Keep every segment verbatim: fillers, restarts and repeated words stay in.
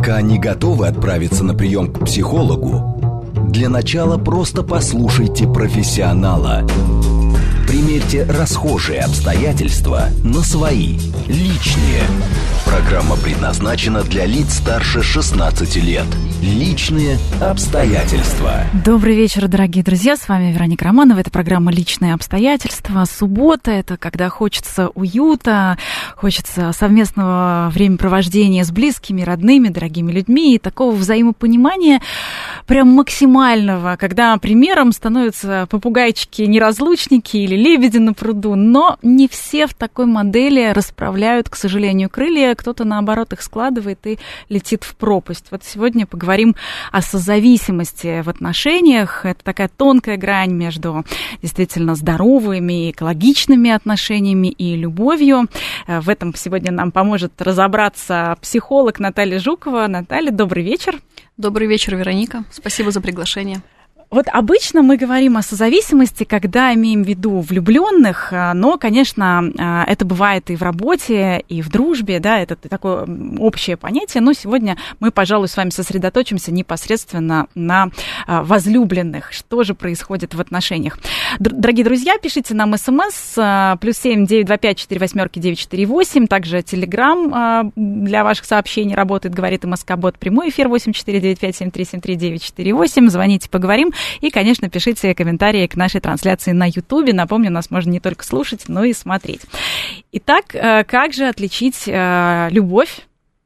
Пока не готовы отправиться на прием к психологу, для начала просто послушайте профессионала. Примерьте расхожие обстоятельства на свои, личные. Программа предназначена для лиц старше шестнадцати лет. Личные обстоятельства. Добрый вечер, дорогие друзья. С вами Вероника Романова. Это программа «Личные обстоятельства». Суббота – это когда хочется уюта, хочется совместного времяпровождения с близкими, родными, дорогими людьми и такого взаимопонимания прям максимального, когда примером становятся попугайчики-неразлучники или лебеди на пруду. Но не все в такой модели расправляют, к сожалению, крылья. Кто-то, наоборот, их складывает и летит в пропасть. Вот сегодня поговорим о созависимости в отношениях. Это такая тонкая грань между действительно здоровыми, экологичными отношениями и любовью. В этом сегодня нам поможет разобраться психолог Наталья Жукова. Наталья, добрый вечер. Добрый вечер, Вероника. Спасибо за приглашение. Вот обычно мы говорим о созависимости, когда имеем в виду влюбленных, но, конечно, это бывает и в работе, и в дружбе, да, это такое общее понятие, но сегодня мы, пожалуй, с вами сосредоточимся непосредственно на возлюбленных, что же происходит в отношениях. Дорогие друзья, пишите нам смс плюс семь девять два пять четыре восьмерки девять четыре восемь, также телеграм для ваших сообщений работает, говорит МСК-бот, прямой эфир восемь четыре девять пять семь три семь три девять четыре восемь, звоните, поговорим. И, конечно, пишите комментарии к нашей трансляции на Ютубе. Напомню, нас можно не только слушать, но и смотреть. Итак, как же отличить любовь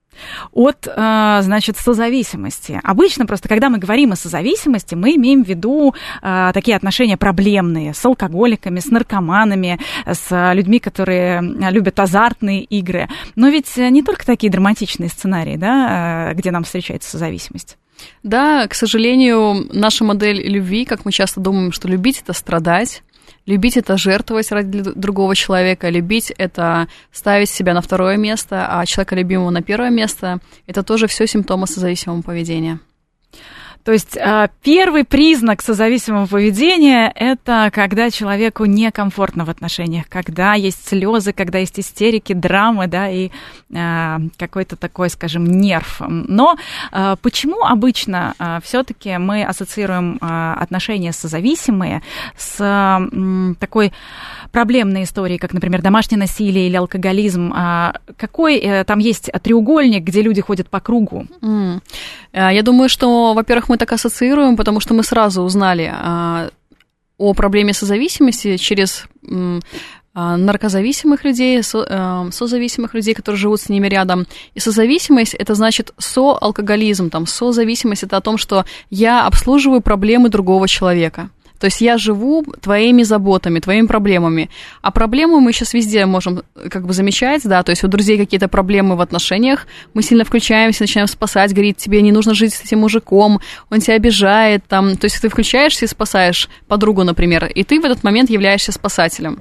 от, значит, созависимости? Обычно просто, когда мы говорим о созависимости, мы имеем в виду такие отношения проблемные с алкоголиками, с наркоманами, с людьми, которые любят азартные игры. Но ведь не только такие драматичные сценарии, да, где нам встречается созависимость. Да, к сожалению, наша модель любви, как мы часто думаем, что любить – это страдать, любить – это жертвовать ради другого человека, любить – это ставить себя на второе место, а человека любимого на первое место – это тоже все симптомы созависимого поведения. То есть первый признак созависимого поведения – это когда человеку некомфортно в отношениях, когда есть слезы, когда есть истерики, драмы, да, и э, какой-то такой, скажем, нерв. Но э, почему обычно э, все-таки мы ассоциируем э, отношения созависимые с э, такой проблемной историей, как, например, домашнее насилие или алкоголизм? Э, какой э, там есть треугольник, где люди ходят по кругу? Mm. Я думаю, что, во-первых, мы так ассоциируем, потому что мы сразу узнали а, о проблеме созависимости через м, а, наркозависимых людей, со, а, созависимых людей, которые живут с ними рядом. И созависимость – это значит соалкоголизм, там, созависимость – это о том, что я обслуживаю проблемы другого человека. То есть я живу твоими заботами, твоими проблемами. А проблемы мы сейчас везде можем как бы замечать, да, то есть у друзей какие-то проблемы в отношениях, мы сильно включаемся, начинаем спасать, говорит, тебе не нужно жить с этим мужиком, он тебя обижает, там, то есть ты включаешься и спасаешь подругу, например, и ты в этот момент являешься спасателем.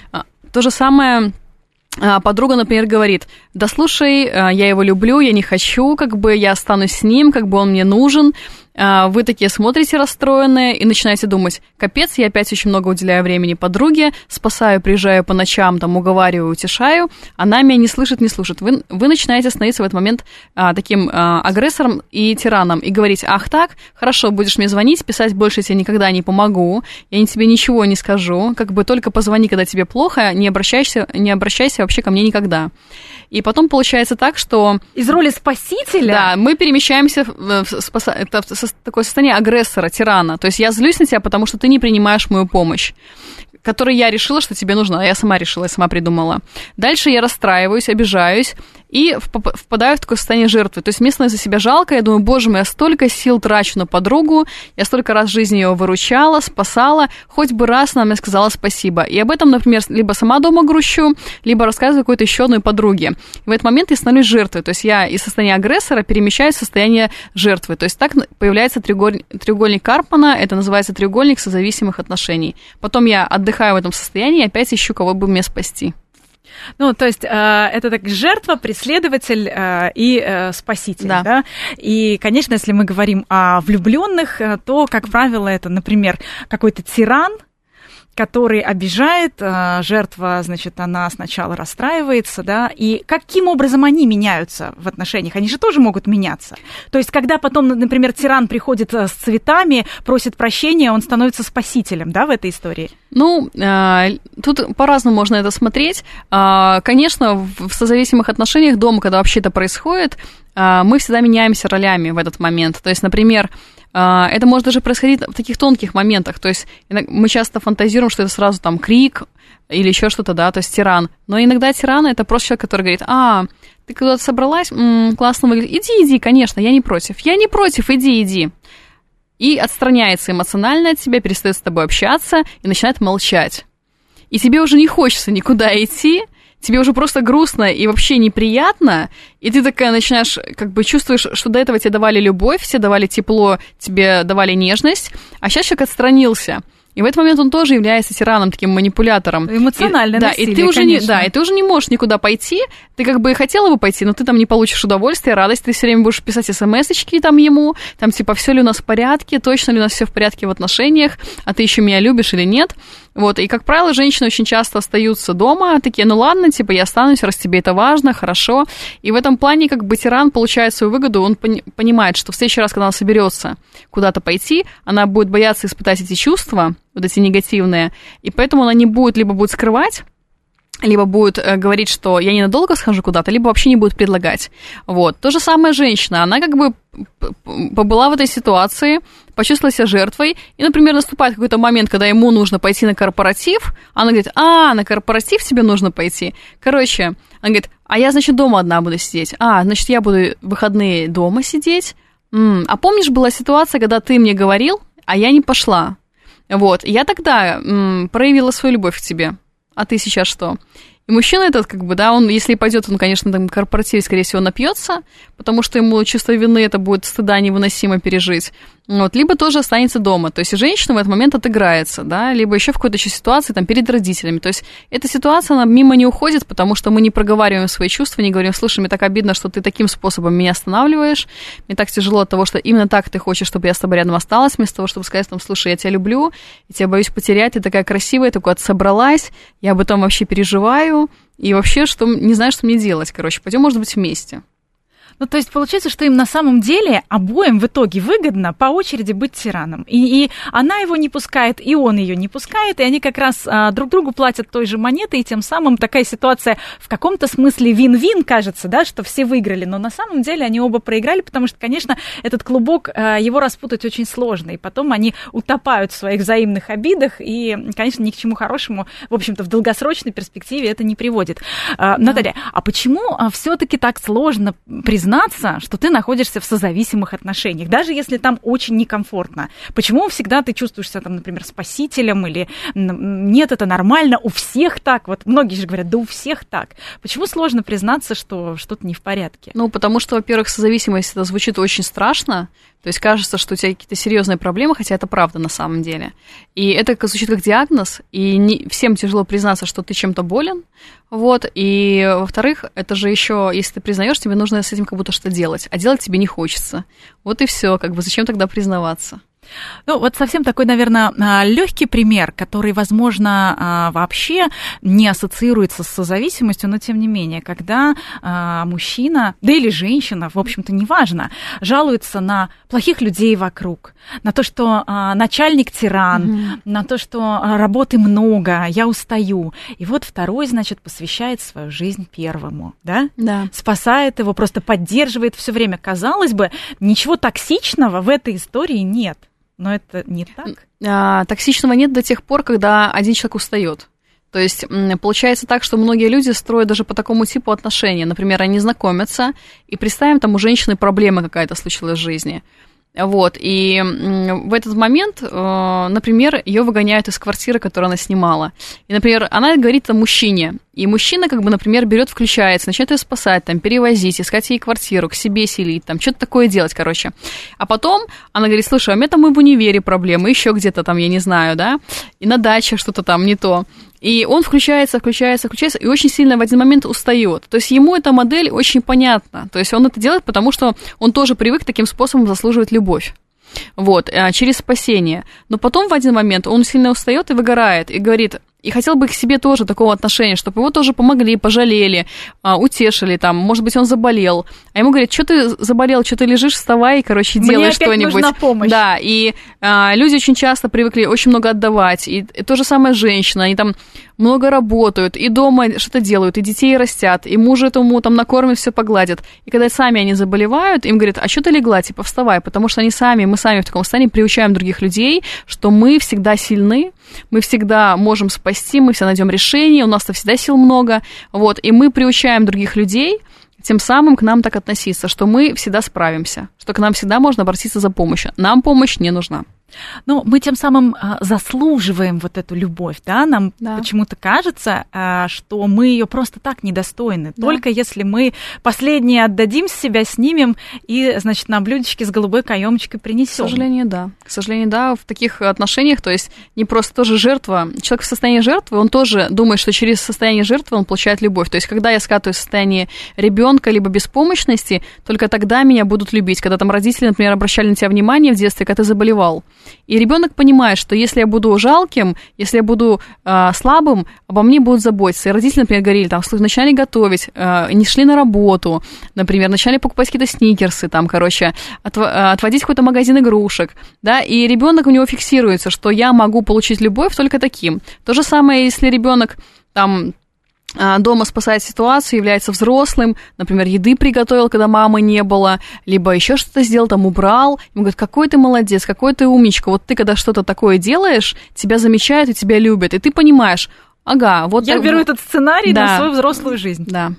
То же самое... Подруга, например, говорит, да слушай, я его люблю, я не хочу, как бы я останусь с ним, как бы он мне нужен. Вы такие смотрите расстроенные и начинаете думать, капец, я опять очень много уделяю времени подруге, спасаю, приезжаю по ночам, там, уговариваю, утешаю, она меня не слышит, не слушает. Вы, вы начинаете становиться в этот момент а, таким а, агрессором и тираном и говорить, ах так, хорошо, будешь мне звонить, писать больше тебе никогда не помогу, я тебе ничего не скажу, как бы только позвони, когда тебе плохо, не обращайся, не обращайся вообще ко мне никогда. И потом получается так, что... Из роли спасителя? Да, мы перемещаемся в, в, спаса... это в такое состояние агрессора, тирана. То есть я злюсь на тебя, потому что ты не принимаешь мою помощь, которую я решила, что тебе нужна, а я сама решила, я сама придумала. Дальше я расстраиваюсь, обижаюсь и впадаю в такое состояние жертвы. То есть мне становится себя жалко, я думаю, боже мой, я столько сил трачу на подругу, я столько раз в жизни ее выручала, спасала, хоть бы раз она мне сказала спасибо. И об этом, например, либо сама дома грущу, либо рассказываю какой-то еще одной подруге. И в этот момент я становлюсь жертвой. То есть я из состояния агрессора перемещаюсь в состояние жертвы. То есть так появляется треугольник, треугольник Карпмана, это называется треугольник созависимых отношений. Потом я отдыхаю в этом состоянии и опять ищу, кого бы мне спасти. Ну, то есть э, это так жертва, преследователь э, и э, спаситель, да. да? И, конечно, если мы говорим о влюбленных, то, как правило, это, например, какой-то тиран, который обижает, жертва, значит, она сначала расстраивается, да, и каким образом они меняются в отношениях? Они же тоже могут меняться. То есть, когда потом, например, тиран приходит с цветами, просит прощения, он становится спасителем, да, в этой истории? Ну, тут по-разному можно это смотреть. Конечно, в созависимых отношениях дома, когда вообще это происходит, мы всегда меняемся ролями в этот момент. То есть, например, это может даже происходить в таких тонких моментах. То есть мы часто фантазируем, что это сразу там крик или еще что-то, да, то есть тиран. Но иногда тиран – это просто человек, который говорит: а, ты куда-то собралась? М-м, классно выглядит. Иди, иди, конечно, я не против. Я не против, иди, иди. И отстраняется эмоционально от тебя, перестает с тобой общаться и начинает молчать. И тебе уже не хочется никуда идти, тебе уже просто грустно и вообще неприятно, и ты такая начинаешь, как бы чувствуешь, что до этого тебе давали любовь, все давали тепло, тебе давали нежность, а сейчас человек отстранился. И в этот момент он тоже является тираном, таким манипулятором. Эмоциональное и, насилие, да, и ты уже конечно. не, да, и ты уже не можешь никуда пойти. Ты как бы хотела бы пойти, но ты там не получишь удовольствия, радость. Ты все время будешь писать смс-очки там ему, там типа, все ли у нас в порядке, точно ли у нас все в порядке в отношениях, а ты еще меня любишь или нет. Вот, и, как правило, женщины очень часто остаются дома, такие: ну ладно, типа, я останусь, раз тебе это важно, хорошо. И в этом плане, как бы, тиран получает свою выгоду, он пони- понимает, что в следующий раз, когда она соберется куда-то пойти, она будет бояться испытать эти чувства, вот эти негативные, и поэтому она не будет, либо будет скрывать, либо будет э, говорить, что я ненадолго схожу куда-то, либо вообще не будет предлагать. Вот. То же самое женщина, она как бы побыла в этой ситуации, почувствовала себя жертвой, и, например, наступает какой-то момент, когда ему нужно пойти на корпоратив, она говорит: а, на корпоратив тебе нужно пойти. Короче, она говорит: а я, значит, дома одна буду сидеть. А, значит, я буду в выходные дома сидеть. М-м, а помнишь, была ситуация, когда ты мне говорил, а я не пошла? Вот, я тогда м-м, проявила свою любовь к тебе. А ты сейчас что? И мужчина этот, как бы, да, он, если пойдет, он, конечно, там, в корпоративе, скорее всего, напьется, потому что ему чувство вины это будет стыда невыносимо пережить. Вот, либо тоже останется дома. То есть женщина в этот момент отыграется, да, либо еще в какой-то еще ситуации там перед родителями. То есть эта ситуация, она мимо не уходит, потому что мы не проговариваем свои чувства, не говорим: слушай, мне так обидно, что ты таким способом меня останавливаешь, мне так тяжело от того, что именно так ты хочешь, чтобы я с тобой рядом осталась, вместо того, чтобы сказать там: слушай, я тебя люблю, я тебя боюсь потерять, ты такая красивая, ты куда-то собралась, я об этом вообще переживаю, и вообще, что не знаю, что мне делать, короче, пойдем, может быть, вместе. Ну, то есть получается, что им на самом деле обоим в итоге выгодно по очереди быть тираном. И, и она его не пускает, и он ее не пускает, и они как раз а, друг другу платят той же монетой, и тем самым такая ситуация в каком-то смысле вин-вин, кажется, да, что все выиграли, но на самом деле они оба проиграли, потому что, конечно, этот клубок, а, его распутать очень сложно, и потом они утопают в своих взаимных обидах, и, конечно, ни к чему хорошему, в общем-то, в долгосрочной перспективе это не приводит. А, Наталья, а почему а, все-таки так сложно признать, что ты находишься в созависимых отношениях, даже если там очень некомфортно? Почему всегда ты чувствуешь себя там, например, спасителем, или нет, это нормально, у всех так? Вот многие же говорят: да у всех так. Почему сложно признаться, что что-то не в порядке? Ну, потому что, во-первых, созависимость, это звучит очень страшно. То есть кажется, что у тебя какие-то серьезные проблемы, хотя это правда на самом деле. И это звучит как диагноз, и не, всем тяжело признаться, что ты чем-то болен. Вот. И, во-вторых, это же еще, если ты признаешь, тебе нужно с этим как будто что-то делать, а делать тебе не хочется. Вот и все, как бы зачем тогда признаваться? Ну, вот совсем такой, наверное, легкий пример, который, возможно, вообще не ассоциируется с созависимостью, но тем не менее, когда мужчина, да или женщина, в общем-то, неважно, жалуется на плохих людей вокруг, на то, что начальник тиран, mm-hmm. на то, что работы много, я устаю. И вот второй, значит, посвящает свою жизнь первому, да? Да. Спасает его, просто поддерживает все время. Казалось бы, ничего токсичного в этой истории нет. Но это не так. А, токсичного нет до тех пор, когда один человек устает. То есть получается так, что многие люди строят даже по такому типу отношения. Например, они знакомятся, и представим, там у женщины проблема какая-то случилась в жизни. Вот, и в этот момент, например, ее выгоняют из квартиры, которую она снимала. И, например, она говорит там мужчине, и мужчина, как бы, например, берет, включается, начинает ее спасать, там, перевозить, искать ей квартиру, к себе селить, там, что-то такое делать, короче. А потом она говорит: слушай, а у меня там и в универе проблемы, еще где-то там, я не знаю, да, и на даче что-то там не то. И он включается, включается, включается, и очень сильно в один момент устает. То есть ему эта модель очень понятна. То есть он это делает, потому что он тоже привык таким способом заслуживать любовь. вот, через спасение. Но потом в один момент он сильно устает и выгорает, и говорит... И хотел бы к себе тоже такого отношения, чтобы его тоже помогли, пожалели, утешили, там, может быть, он заболел. А ему говорят, что ты заболел, что ты лежишь, вставай, короче, делай Мне что-нибудь. Мне опять нужна помощь. Да, и а, люди очень часто привыкли очень много отдавать. И, и то же самое женщина, они там много работают, и дома что-то делают, и детей растят, и мужа этому там накормят, все погладят. И когда сами они заболевают, им говорят, а что ты легла, типа, вставай, потому что они сами, мы сами в таком состоянии приучаем других людей, что мы всегда сильны, мы всегда можем спасти, мы все найдем решение, у нас-то всегда сил много, вот, и мы приучаем других людей тем самым к нам так относиться, что мы всегда справимся, что к нам всегда можно обратиться за помощью, нам помощь не нужна. Ну, мы тем самым а, заслуживаем вот эту любовь, да, нам да. почему-то кажется, а, что мы ее просто так недостойны, да. только если мы последнее отдадим себя, снимем и, значит, на блюдечке с голубой каемочкой принесем. К сожалению, да. К сожалению, да, в таких отношениях, то есть не просто тоже жертва, человек в состоянии жертвы, он тоже думает, что через состояние жертвы он получает любовь, то есть когда я скатываюсь в состояние ребенка либо беспомощности, только тогда меня будут любить, когда там родители, например, обращали на тебя внимание в детстве, когда ты заболевал. И ребенок понимает, что если я буду жалким, если я буду э, слабым, обо мне будут заботиться. И родители, например, говорили, там, начинали готовить, э, не шли на работу, например, начали покупать какие-то сникерсы, там, короче, отв- отводить в какой-то магазин игрушек, да, и ребенок у него фиксируется, что я могу получить любовь только таким. То же самое, если ребенок там дома спасает ситуацию, является взрослым, например, еды приготовил, когда мамы не было, либо еще что-то сделал, там убрал, ему говорят, какой ты молодец, какой ты умничка, вот ты когда что-то такое делаешь, тебя замечают и тебя любят, и ты понимаешь, ага, вот... Я так... беру этот сценарий да. на свою взрослую жизнь. Да.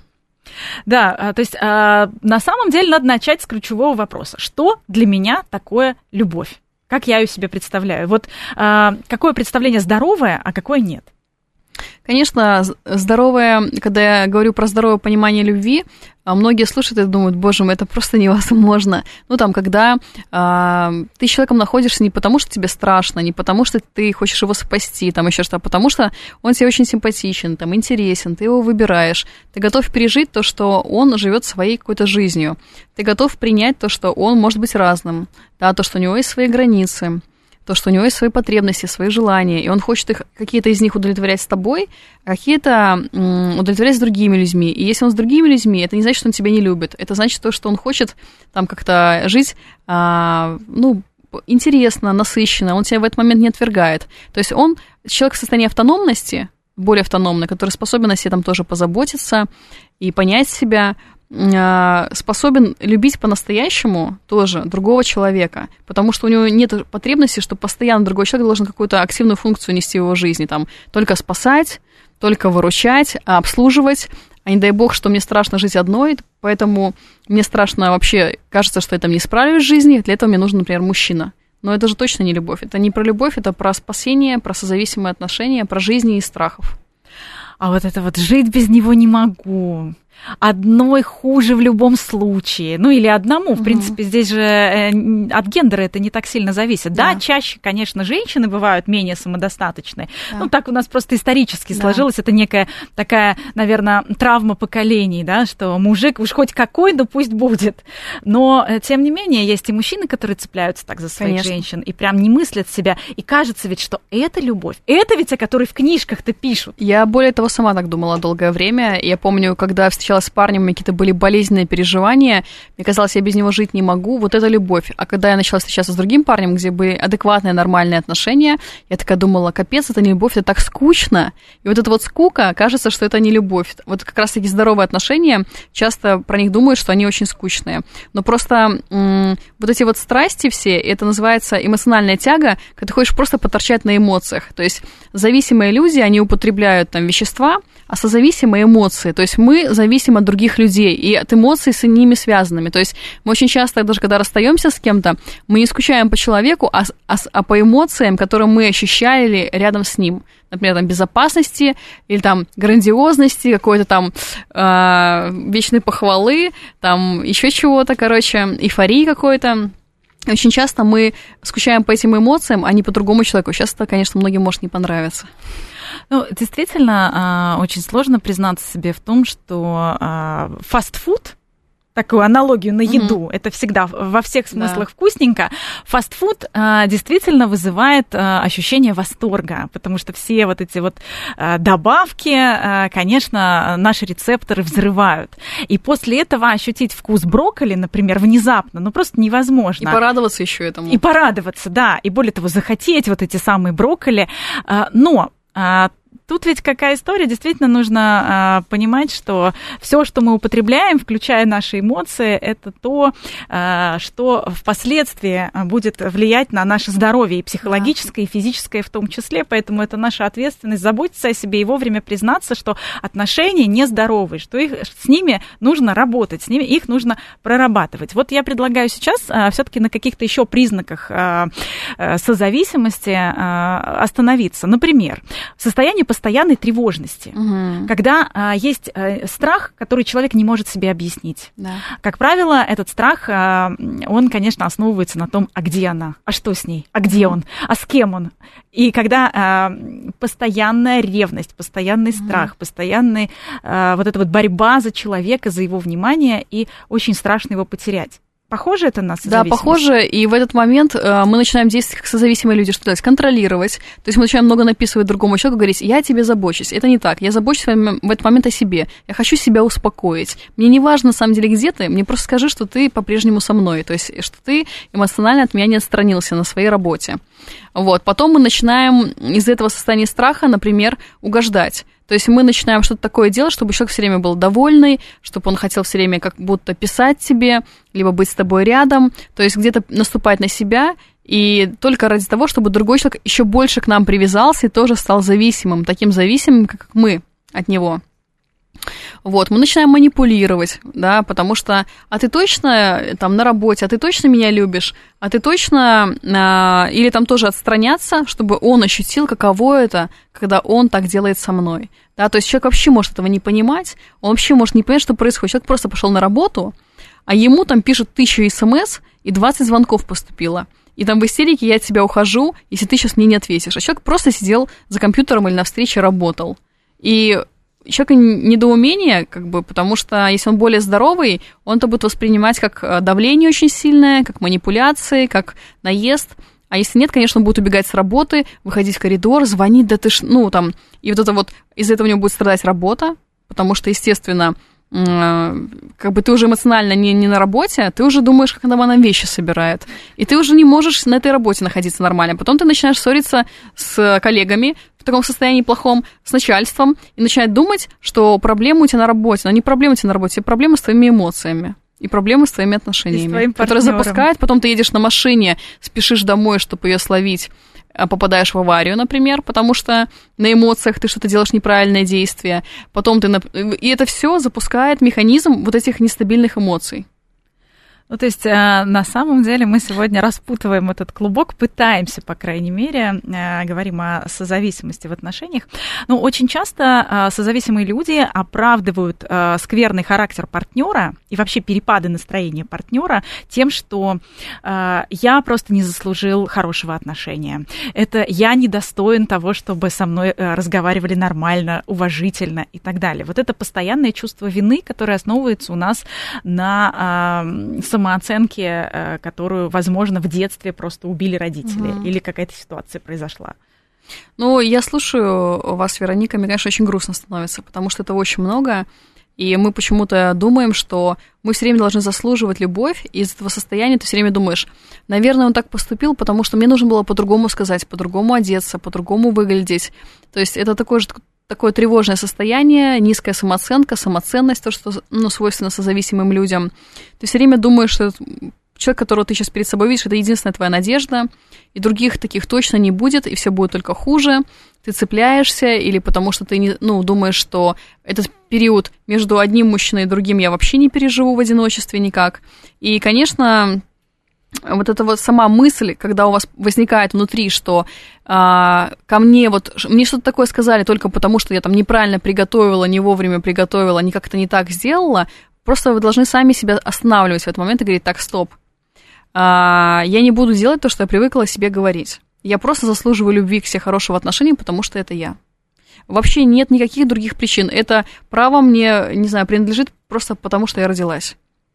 Да, то есть на самом деле надо начать с ключевого вопроса. Что для меня такое любовь? Как я ее себе представляю? Вот какое представление здоровое, а какое нет? Конечно, здоровое, когда я говорю про здоровое понимание любви, многие слушают и думают, боже мой, это просто невозможно. Ну, там, когда э, ты с человеком находишься не потому, что тебе страшно, не потому, что ты хочешь его спасти, там еще что-то, а потому что он тебе очень симпатичен, там, интересен, ты его выбираешь, ты готов пережить то, что он живет своей какой-то жизнью, ты готов принять то, что он может быть разным, да, то, что у него есть свои границы, то, что у него есть свои потребности, свои желания, и он хочет их, какие-то из них удовлетворять с тобой, а какие-то м, удовлетворять с другими людьми. И если он с другими людьми, это не значит, что он тебя не любит. Это значит то, что он хочет там как-то жить, а, ну, интересно, насыщенно, он тебя в этот момент не отвергает. То есть он, человек в состоянии автономности, более автономный, который способен о себе там тоже позаботиться и понять себя, способен любить по-настоящему тоже другого человека, потому что у него нет потребности, что постоянно другой человек должен какую-то активную функцию нести в его жизни, там, только спасать, только выручать, обслуживать, а не дай бог, что мне страшно жить одной, поэтому мне страшно вообще, кажется, что я там не справлюсь в жизни, для этого мне нужен, например, мужчина. Но это же точно не любовь, это не про любовь, это про спасение, про созависимые отношения, про жизни и страхов. А вот это вот «жить без него не могу», одной хуже в любом случае, ну или одному, в угу. принципе, здесь же э, от гендера это не так сильно зависит. Да, да чаще, конечно, женщины бывают менее самодостаточные, да. ну так у нас просто исторически да. сложилась, это некая такая, наверное, травма поколений, да, что мужик уж хоть какой, да пусть будет. Но, тем не менее, есть и мужчины, которые цепляются так за своих конечно. Женщин и прям не мыслят себя, и кажется ведь, что это любовь, это ведь о которой в книжках-то пишут. Я более того сама так думала долгое время, я помню, когда встречалась с парнем, у меня какие-то были болезненные переживания, мне казалось, я без него жить не могу, вот это любовь. А когда я начала встречаться с другим парнем, где были адекватные, нормальные отношения, я такая думала, капец, это не любовь, это так скучно. И вот эта вот скука, кажется, что это не любовь. Вот как раз-таки здоровые отношения, часто про них думают, что они очень скучные. Но просто м- вот эти вот страсти все, это называется эмоциональная тяга, когда ты хочешь просто поторчать на эмоциях. То есть зависимые люди, они употребляют там вещества, а созависимые эмоции. То есть мы зависим от других людей и от эмоций с ними связанными. То есть мы очень часто, даже когда расстаемся с кем-то, мы не скучаем по человеку, а, а, а по эмоциям, которые мы ощущали рядом с ним. Например, там, безопасности или там грандиозности, какой-то там э, вечной похвалы, там еще чего-то, короче, эйфории какой-то. Очень часто мы скучаем по этим эмоциям, а не по другому человеку. Сейчас это, конечно, многим может не понравиться. Ну, действительно, очень сложно признаться себе в том, что фастфуд, такую аналогию на еду, mm-hmm. это всегда во всех смыслах да. вкусненько, фастфуд а, действительно вызывает а, ощущение восторга, потому что все вот эти вот а, добавки, а, конечно, наши рецепторы взрывают. И после этого ощутить вкус брокколи, например, внезапно, ну просто невозможно. И порадоваться еще этому. И порадоваться, да, и более того, захотеть вот эти самые брокколи, а, но... А, Тут ведь какая история, действительно нужно э, понимать, что все, что мы употребляем, включая наши эмоции, это то, э, что впоследствии будет влиять на наше здоровье, и психологическое, и физическое в том числе, поэтому это наша ответственность заботиться о себе и вовремя признаться, что отношения нездоровые, что их, с ними нужно работать, с ними их нужно прорабатывать. Вот я предлагаю сейчас э, все-таки на каких-то еще признаках э, э, созависимости э, остановиться. Например, состояние постоянной тревожности, угу. когда а, есть а, страх, который человек не может себе объяснить. Да. Как правило, этот страх, а, он, конечно, основывается на том, а где она, а что с ней, а где он, а с кем он. И когда а, постоянная ревность, постоянный угу. страх, постоянная а, вот эта вот борьба за человека, за его внимание, и очень страшно его потерять. Похоже это на созависимость? Да, похоже, и в этот момент э, мы начинаем действовать как созависимые люди, что делать? Контролировать. То есть мы начинаем много написывать другому человеку, говорить, я о тебе забочусь. Это не так, я забочусь в этот момент о себе. Я хочу себя успокоить. Мне не важно, на самом деле, где ты, мне просто скажи, что ты по-прежнему со мной, то есть что ты эмоционально от меня не отстранился на своей работе. Вот. Потом мы начинаем из этого состояния страха, например, угождать. То есть мы начинаем что-то такое делать, чтобы человек все время был довольный, чтобы он хотел все время как будто писать тебе, либо быть с тобой рядом, то есть где-то наступать на себя, и только ради того, чтобы другой человек еще больше к нам привязался и тоже стал зависимым, таким зависимым, как мы от него. Вот, мы начинаем манипулировать, да, потому что, а ты точно там на работе, а ты точно меня любишь, а ты точно, а, или там тоже отстраняться, чтобы он ощутил, каково это, когда он так делает со мной, да, то есть человек вообще может этого не понимать, он вообще может не понять, что происходит, человек просто пошел на работу, а ему там пишут тысячу смс и двадцать звонков поступило, и там в истерике я от тебя ухожу, если ты сейчас мне не ответишь, а человек просто сидел за компьютером или на встрече работал, и человека недоумение, как бы, потому что если он более здоровый, он это будет воспринимать как давление очень сильное, как манипуляции, как наезд. А если нет, конечно, он будет убегать с работы, выходить в коридор, звонить, да ты ж, ну, там, и вот это вот, из-за этого у него будет страдать работа, потому что, естественно, как бы ты уже эмоционально не, не на работе, ты уже думаешь, как она нам вещи собирает. И ты уже не можешь на этой работе находиться нормально. Потом ты начинаешь ссориться с коллегами в таком состоянии плохом, с начальством, и начинать думать, что проблема у тебя на работе. Но не проблема у тебя на работе, а проблема с твоими эмоциями. И проблемы с твоими отношениями, которые запускают, потом ты едешь на машине, спешишь домой, чтобы ее словить, попадаешь в аварию, например, потому что на эмоциях ты что-то делаешь неправильное действие, потом ты... И это все запускает механизм вот этих нестабильных эмоций. Ну, то есть, на самом деле, мы сегодня распутываем этот клубок, пытаемся, по крайней мере, говорим о созависимости в отношениях. Но очень часто созависимые люди оправдывают скверный характер партнера и вообще перепады настроения партнера тем, что я просто не заслужил хорошего отношения. Это я недостоин того, чтобы со мной разговаривали нормально, уважительно и так далее. Вот это постоянное чувство вины, которое основывается у нас на самооценке, которую, возможно, в детстве просто убили родители, угу. или какая-то ситуация произошла. Ну, я слушаю вас, Вероника, мне, конечно, очень грустно становится, потому что это очень много, и мы почему-то думаем, что мы все время должны заслуживать любовь, и из этого состояния ты все время думаешь, наверное, он так поступил, потому что мне нужно было по-другому сказать, по-другому одеться, по-другому выглядеть. То есть это такое же такое тревожное состояние, низкая самооценка, самоценность, то, что, ну, свойственно созависимым людям. Ты все время думаешь, что человек, которого ты сейчас перед собой видишь, это единственная твоя надежда, и других таких точно не будет, и все будет только хуже. Ты цепляешься, или потому что ты не, ну, думаешь, что этот период между одним мужчиной и другим я вообще не переживу в одиночестве никак. И, конечно, вот эта вот сама мысль, когда у вас возникает внутри, что а, ко мне вот, мне что-то такое сказали только потому, что я там неправильно приготовила, не вовремя приготовила, не как-то не так сделала, просто вы должны сами себя останавливать в этот момент и говорить, так, стоп, а, я не буду делать то, что я привыкла себе говорить. Я просто заслуживаю любви к себе, хорошего отношения, потому что это я. Вообще нет никаких других причин. Это право мне, не знаю, принадлежит просто потому, что я родилась.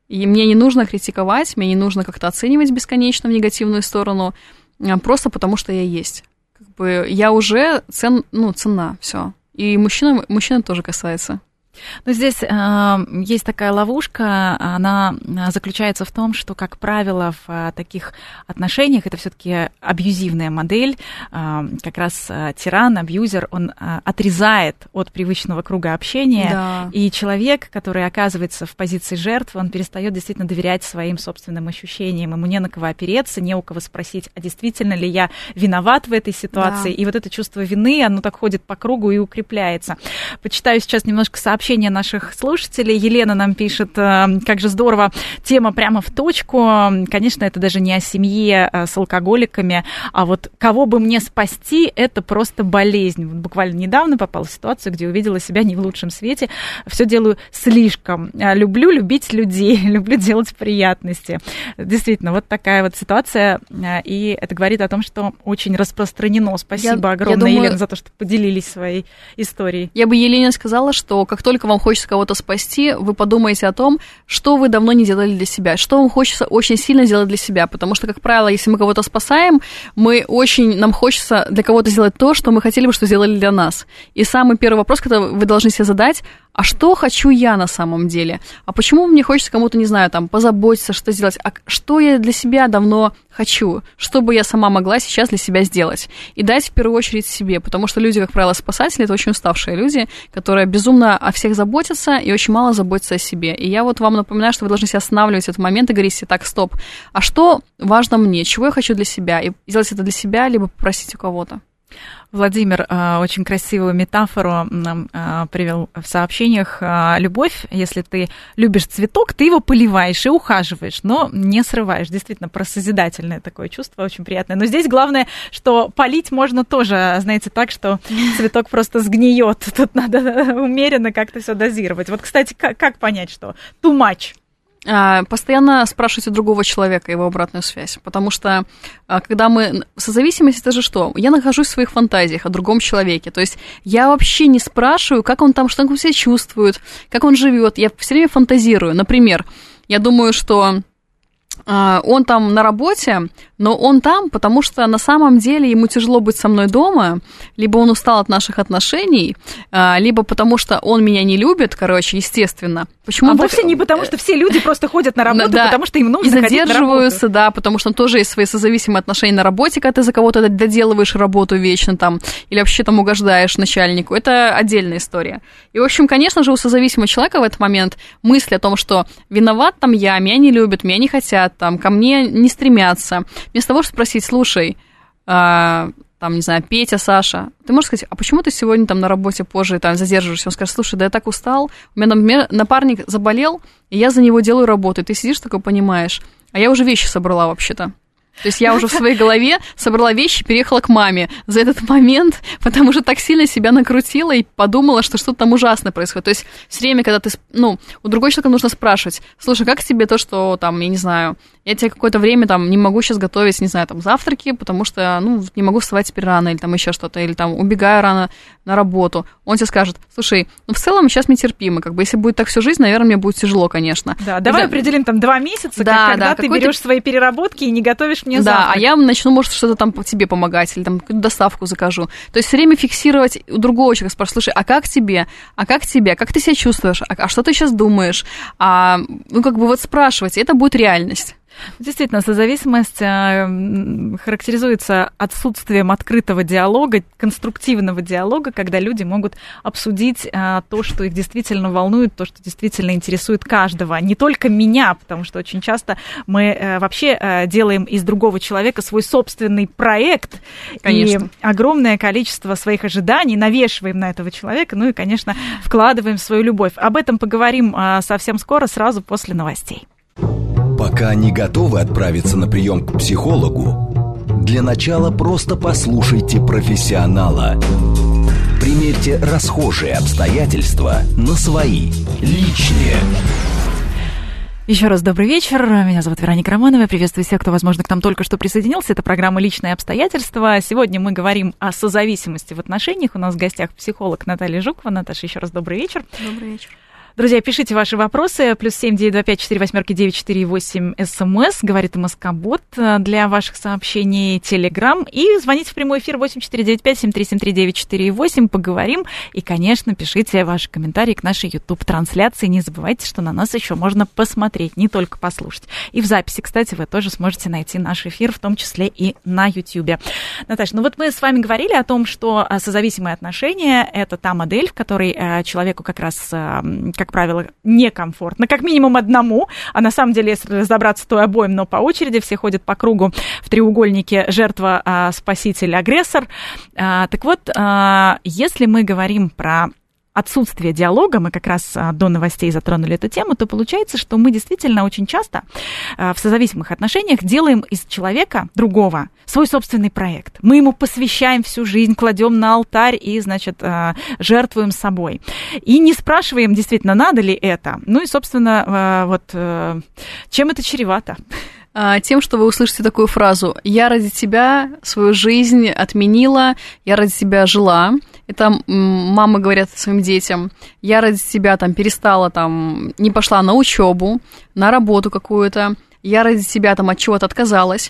И мне не нужно критиковать, мне не нужно как-то оценивать бесконечно в негативную сторону, просто потому что я есть. Как бы я уже цен, ну, ценна, все. И мужчина, мужчина тоже касается. Но здесь э, есть такая ловушка, она заключается в том, что, как правило, в э, таких отношениях это все-таки абьюзивная модель, э, как раз э, тиран, абьюзер, он э, отрезает от привычного круга общения, да. И человек, который оказывается в позиции жертвы, он перестает действительно доверять своим собственным ощущениям, ему не на кого опереться, не у кого спросить, а действительно ли я виноват в этой ситуации, да. И вот это чувство вины, оно так ходит по кругу и укрепляется. Почитаю сейчас немножко сообщений Сообщения наших слушателей. Елена нам пишет, как же здорово, тема прямо в точку. Конечно, это даже не о семье с алкоголиками, а вот кого бы мне спасти, это просто болезнь. Вот буквально недавно попала в ситуацию, где увидела себя не в лучшем свете. Все делаю слишком. Люблю любить людей, люблю делать приятности. Действительно, вот такая вот ситуация. И это говорит о том, что очень распространено. Спасибо я, огромное, я думаю, Елена, за то, что поделились своей историей. Я бы Елене сказала, что как только вам хочется кого-то спасти, вы подумаете о том, что вы давно не делали для себя, что вам хочется очень сильно сделать для себя, потому что, как правило, если мы кого-то спасаем, мы очень, нам хочется для кого-то сделать то, что мы хотели бы, что сделали для нас. И самый первый вопрос, который вы должны себе задать, а что хочу я на самом деле? А почему мне хочется кому-то, не знаю, там, позаботиться, что сделать? А что я для себя давно хочу? Что бы я сама могла сейчас для себя сделать? И дать в первую очередь себе, потому что люди, как правило, спасатели, это очень уставшие люди, которые безумно о всех заботятся и очень мало заботятся о себе. И я вот вам напоминаю, что вы должны себя останавливать в этот момент и говорить себе, так, стоп, а что важно мне? Чего я хочу для себя? И сделать это для себя, либо попросить у кого-то. Владимир э, очень красивую метафору нам э, привел в сообщениях. Э, любовь, если ты любишь цветок, ты его поливаешь и ухаживаешь, но не срываешь. Действительно, про созидательное такое чувство, очень приятное. Но здесь главное, что полить можно тоже, знаете, так, что цветок просто сгниет. Тут надо умеренно как-то все дозировать. Вот, кстати, как, как понять, что too much? Постоянно спрашивайте другого человека его обратную связь, потому что когда мы... Созависимость — это же что? Я нахожусь в своих фантазиях о другом человеке, то есть я вообще не спрашиваю, как он там, что он себя чувствует, как он живет, я все время фантазирую. Например, я думаю, что он там на работе, но он там, потому что на самом деле ему тяжело быть со мной дома, либо он устал от наших отношений, либо потому что он меня не любит, короче, естественно. Почему а он вовсе так... не потому, что все люди просто ходят на работу, да. потому что им нужно и ходить на работу. задерживаются, да, потому что тоже есть свои созависимые отношения на работе, когда ты за кого-то доделываешь работу вечно там, или вообще там угождаешь начальнику. Это отдельная история. И, в общем, конечно же, у созависимого человека в этот момент мысли о том, что виноват там я, меня не любят, меня не хотят, там, ко мне не стремятся. Вместо того, чтобы спросить, слушай, а, там, не знаю, Петя, Саша, ты можешь сказать, а почему ты сегодня там на работе позже там задерживаешься? Он скажет, слушай, да я так устал, у меня, например, напарник заболел, и я за него делаю работу, и ты сидишь такой, понимаешь, а я уже вещи собрала вообще-то. То есть я уже в своей голове собрала вещи, переехала к маме за этот момент, потому что так сильно себя накрутила и подумала, что что-то там ужасное происходит. То есть все время, когда ты, ну, у другого человека нужно спрашивать, слушай, как тебе то, что там, я не знаю, я тебе какое-то время там не могу сейчас готовить, не знаю, там завтраки, потому что, ну, не могу вставать теперь рано, или там еще что-то, или там убегаю рано на работу. Он тебе скажет, слушай, ну, в целом сейчас мне терпимо, как бы, если будет так всю жизнь, наверное, мне будет тяжело, конечно. Да, давай да, определим там два месяца, да, когда да, ты берешь свои переработки и не готовишь мне завтрак. Да, а я начну, может, что-то там тебе помогать, или там какую-то доставку закажу. То есть все время фиксировать у другого человека, спрашивать, слушай, а как тебе? А как тебе? Как ты себя чувствуешь? А, а что ты сейчас думаешь? А, ну, как бы вот спрашивать, это будет реальность. Действительно, созависимость характеризуется отсутствием открытого диалога, конструктивного диалога, когда люди могут обсудить то, что их действительно волнует, то, что действительно интересует каждого, не только меня, потому что очень часто мы вообще делаем из другого человека свой собственный проект. Конечно. И огромное количество своих ожиданий навешиваем на этого человека, ну и, конечно, вкладываем свою любовь. Об этом поговорим совсем скоро, сразу после новостей. Пока не готовы отправиться на прием к психологу, для начала просто послушайте профессионала. Примерьте расхожие обстоятельства на свои, личные. Еще раз добрый вечер. Меня зовут Вероника Романова. Приветствую всех, кто, возможно, к нам только что присоединился. Это программа «Личные обстоятельства». Сегодня мы говорим о созависимости в отношениях. У нас в гостях психолог Наталья Жукова. Наташа, еще раз добрый вечер. Добрый вечер. Друзья, пишите ваши вопросы. Плюс семь девять два пять четыре восьмерки девять четыре восемь СМС. Говорит МСК-бот для ваших сообщений. Телеграм. И звоните в прямой эфир восемь четыре девять пять семь три семь три девять четыре восемь. Поговорим. И, конечно, пишите ваши комментарии к нашей YouTube-трансляции. Не забывайте, что на нас еще можно посмотреть, не только послушать. И в записи, кстати, вы тоже сможете найти наш эфир, в том числе и на YouTube. Наташа, ну вот мы с вами говорили о том, что созависимые отношения – это та модель, в которой человеку как раз, как правило, некомфортно, как минимум одному, а на самом деле, если разобраться, то и обоим, но по очереди все ходят по кругу в треугольнике жертва, спаситель, агрессор. Так вот, если мы говорим про отсутствие диалога, мы как раз до новостей затронули эту тему, то получается, что мы действительно очень часто в созависимых отношениях делаем из человека другого свой собственный проект. Мы ему посвящаем всю жизнь, кладем на алтарь и, значит, жертвуем собой. И не спрашиваем, действительно, надо ли это. Ну и, собственно, вот чем это чревато? Тем, что вы услышите такую фразу: «Я ради тебя свою жизнь отменила, я ради тебя жила». Это мамы говорят своим детям: «Я ради тебя там перестала, там, не пошла на учебу, на работу какую-то, я ради тебя там от чего-то отказалась».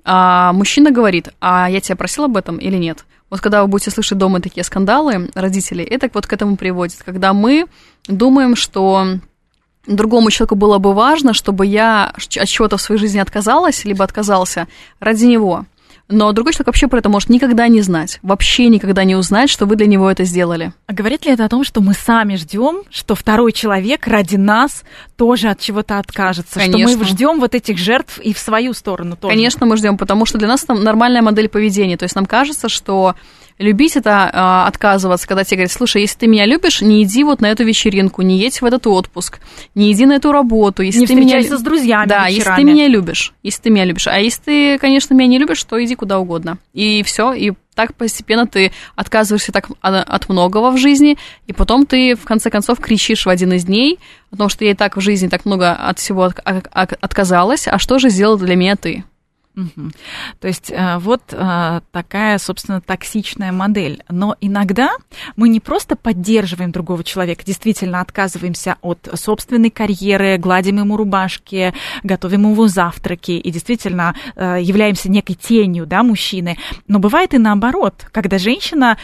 А мужчина говорит: «А я тебя просил об этом или нет?» Вот когда вы будете слышать дома такие скандалы родителей, это вот к этому приводит, когда мы думаем, что другому человеку было бы важно, чтобы я от чего-то в своей жизни отказалась, либо отказался ради него. Но другой человек вообще про это может никогда не знать, вообще никогда не узнать, что вы для него это сделали. А говорит ли это о том, что мы сами ждем, что второй человек ради нас тоже от чего-то откажется? Конечно. Что мы ждем вот этих жертв и в свою сторону тоже? Конечно, мы ждем, потому что для нас это нормальная модель поведения. То есть нам кажется, что любить — это а, отказываться, когда тебе говорят: слушай, если ты меня любишь, не иди вот на эту вечеринку, не едь в этот отпуск, не иди на эту работу. Если не ты встречайся меня... с друзьями Да, вечерами. если ты меня любишь, если ты меня любишь. А если ты, конечно, меня не любишь, то иди куда угодно. И все, и так постепенно ты отказываешься так от многого в жизни, и потом ты, в конце концов, кричишь в один из дней, потому что я и так в жизни так много от всего от- от- отказалась, а что же сделал для меня ты? Угу. То есть вот такая, собственно, токсичная модель. Но иногда мы не просто поддерживаем другого человека, действительно отказываемся от собственной карьеры, гладим ему рубашки, готовим ему завтраки и действительно являемся некой тенью, да, мужчины. Но бывает и наоборот, когда женщина